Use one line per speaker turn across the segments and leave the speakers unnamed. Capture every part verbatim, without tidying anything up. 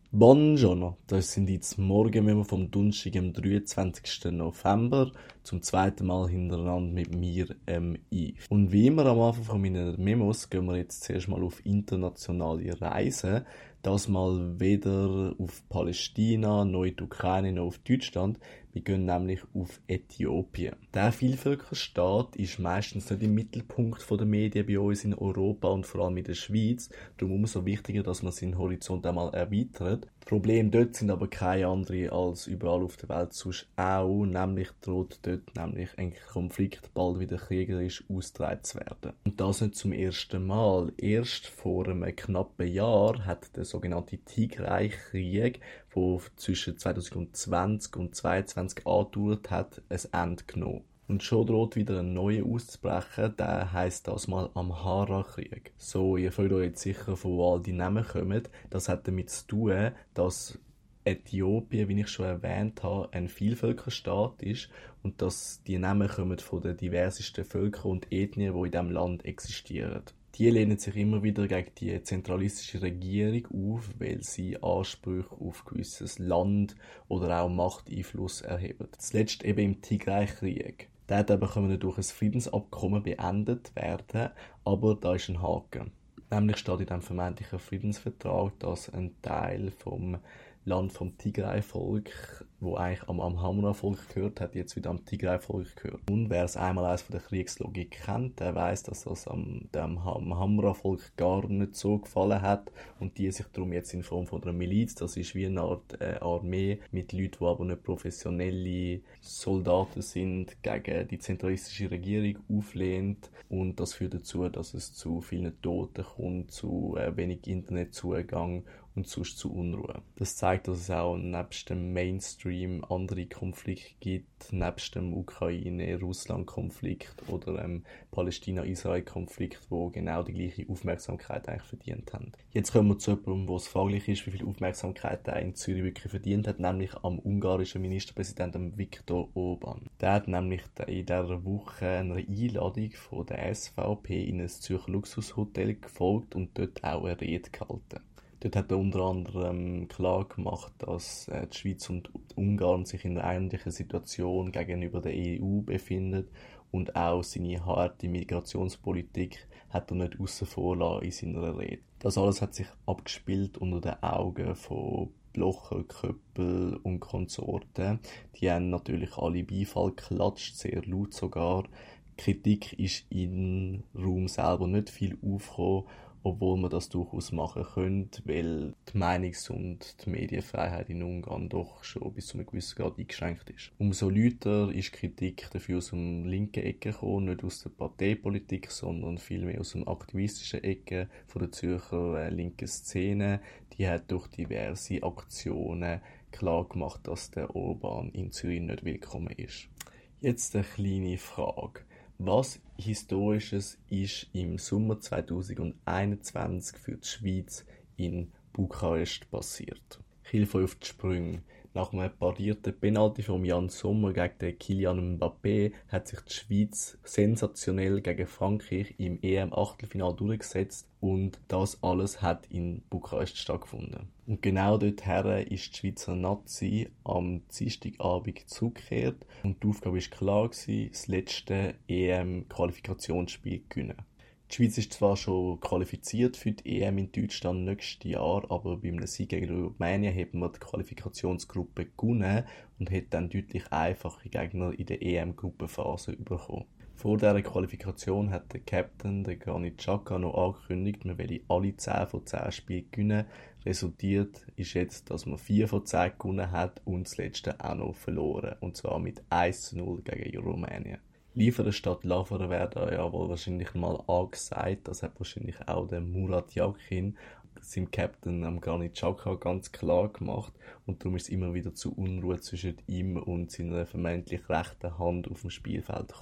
Buongiorno, das sind jetzt Morgenmemo vom Donnerstag, am dreiundzwanzigsten November, zum zweiten Mal hintereinander mit mir, ähm, Yves. Und wie immer am Anfang von meinen Memos gehen wir jetzt zuerst mal auf internationale Reisen. Das mal weder auf Palästina, noch in die Ukraine, noch auf Deutschland. Wir gehen nämlich auf Äthiopien. Der Vielvölkerstaat ist meistens nicht im Mittelpunkt der Medien bei uns in Europa und vor allem in der Schweiz. Darum umso wichtiger, dass man seinen Horizont einmal erweitert. Die Probleme dort sind aber keine anderen als überall auf der Welt sonst auch. Nämlich droht dort nämlich ein Konflikt bald wieder kriegerisch ausgetragen zu werden. Und das nicht zum ersten Mal. Erst vor einem knappen Jahr hat der sogenannte Tigray-Krieg, der zwischen zwanzig zwanzig und zwanzig zweiundzwanzig angedauert hat, ein Ende genommen. Und schon droht wieder ein neuer auszubrechen, der heisst das mal Amhara-Krieg. So, ihr fragt euch jetzt sicher, von wo all die Namen kommen. Das hat damit zu tun, dass Äthiopien, wie ich schon erwähnt habe, ein Vielvölkerstaat ist und dass die Namen kommen von den diversesten Völkern und Ethnien, die in diesem Land existieren. Die lehnen sich immer wieder gegen die zentralistische Regierung auf, weil sie Ansprüche auf gewisses Land oder auch Machteinfluss erheben. Zuletzt eben im Tigray-Krieg. Der aber können durch ein Friedensabkommen beendet werden, aber da ist ein Haken. Nämlich steht in diesem vermeintlichen Friedensvertrag, dass ein Teil vom Land vom Tigray-Volk, wo eigentlich am Amhara-Volk gehört, hat jetzt wieder am Tigray-Volk gehört. Und wer es einmal eins von der Kriegslogik kennt, der weiß, dass das am dem Amhara-Volk gar nicht so gefallen hat und die sich darum jetzt in Form von einer Miliz, das ist wie eine Art äh, Armee mit Leuten, die aber nicht professionelle Soldaten sind, gegen die zentralistische Regierung auflehnt, und das führt dazu, dass es zu vielen Toten kommt, zu äh, wenig Internetzugang und sonst zu Unruhe. Das zeigt, dass es auch nebst dem Mainstream andere Konflikte gibt, nebst dem Ukraine-Russland-Konflikt oder dem Palästina-Israel-Konflikt, wo genau die gleiche Aufmerksamkeit eigentlich verdient haben. Jetzt kommen wir zu jemandem, wo es fraglich ist, wie viel Aufmerksamkeit er in Zürich wirklich verdient hat, nämlich am ungarischen Ministerpräsidenten Viktor Orbán. Der hat nämlich in dieser Woche einer Einladung von der S V P in ein Zürcher Luxushotel gefolgt und dort auch eine Rede gehalten. Dort hat er unter anderem klar gemacht, dass äh, die Schweiz und Ungarn sich in einer ähnlichen Situation gegenüber der E U befinden und auch seine harte Migrationspolitik hat er nicht aussen vor lassen in seiner Rede. Das alles hat sich abgespielt unter den Augen von Blocher, Köppel und Konsorten. Die haben natürlich alle Beifall geklatscht, sehr laut sogar. Kritik ist im Raum selber nicht viel aufgekommen, obwohl man das durchaus machen könnte, weil die Meinungs- und die Medienfreiheit in Ungarn doch schon bis zu einem gewissen Grad eingeschränkt ist. Umso lauter ist Kritik dafür aus dem linken Ecke gekommen, nicht aus der Parteipolitik, sondern vielmehr aus dem aktivistischen Ecke von der Zürcher äh, linken Szene. Die hat durch diverse Aktionen klar gemacht, dass der Orbán in Zürich nicht willkommen ist. Jetzt eine kleine Frage. Was Historisches ist im Sommer zweitausendeinundzwanzig für die Schweiz in Bukarest passiert? Ich helfe euch auf die Sprünge. Nach einem parierten Penalty von Jan Sommer gegen den Kylian Mbappé hat sich die Schweiz sensationell gegen Frankreich im E M-Achtelfinale durchgesetzt und das alles hat in Bukarest stattgefunden. Und genau dorthin ist die Schweizer Nazi am Dienstagabend zurückgekehrt und die Aufgabe war klar gewesen, das letzte E M-Qualifikationsspiel zu gewinnen. Die Schweiz ist zwar schon qualifiziert für die E M in Deutschland nächstes Jahr, aber bei einem Sieg gegen Rumänien hat man die Qualifikationsgruppe gewonnen und hat dann deutlich einfache Gegner in der E M-Gruppenphase bekommen. Vor dieser Qualifikation hat der Captain, der Granit Xhaka, noch angekündigt, man wolle alle zehn von zehn Spielen gewinnen. Resultiert ist jetzt, dass man vier von zehn gewonnen hat und das letzte auch noch verloren. Und zwar mit eins zu null gegen Rumänien. Liefern statt Lavern werden ja wohl wahrscheinlich mal angesagt. Das hat wahrscheinlich auch der Murat Yakin, seinem Captain, am Granit Xhaka, ganz klar gemacht. Und darum ist es immer wieder zu Unruhe zwischen ihm und seiner vermeintlich rechten Hand auf dem Spielfeld gekommen.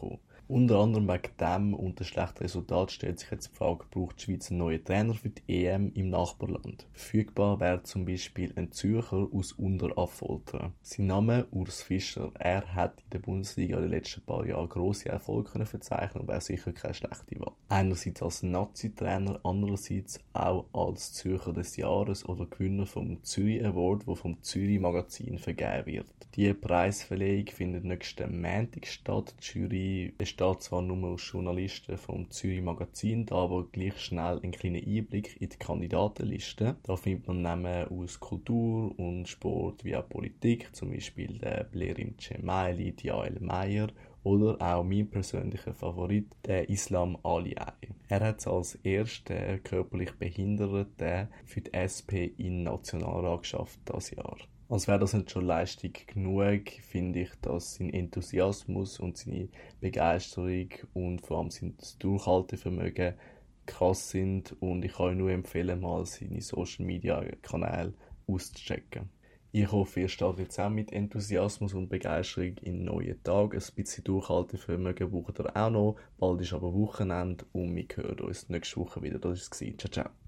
Unter anderem wegen dem und dem schlechten Resultat stellt sich jetzt die Frage, braucht die Schweiz einen neuen Trainer für die E M im Nachbarland? Verfügbar wäre zum Beispiel ein Zürcher aus Unteraffoltern. Sein Name Urs Fischer. Er hat in der Bundesliga in den letzten paar Jahren grosse Erfolge können verzeichnen und wäre sicher keine schlechte Wahl. Einerseits als Nazi-Trainer, andererseits auch als Zürcher des Jahres oder Gewinner vom Zürich Award, der vom Zürich Magazin vergeben wird. Die Preisverleihung findet nächsten Montag statt. Die Jury besteht zwar nur aus Journalisten vom Zürich Magazin, da aber gleich schnell einen kleinen Einblick in die Kandidatenliste. Da findet man Namen aus Kultur und Sport wie auch Politik, zum Beispiel der Blerim Cemaili, die Jael Meyer oder auch mein persönlicher Favorit, der Islam Aliay. Er hat es als erster körperlich Behinderter für die S P in den Nationalrat geschafft dieses Jahr. Als wäre das nicht schon Leistung genug, finde ich, dass sein Enthusiasmus und seine Begeisterung und vor allem sein Durchhaltevermögen krass sind und ich kann euch nur empfehlen, mal seine Social Media Kanäle auszuchecken. Ich hoffe, ihr startet jetzt auch mit Enthusiasmus und Begeisterung in neuen Tag. Ein bisschen Durchhaltevermögen braucht ihr auch noch. Bald ist aber Wochenende und wir hören uns nächste Woche wieder. Das war es. Ciao, ciao.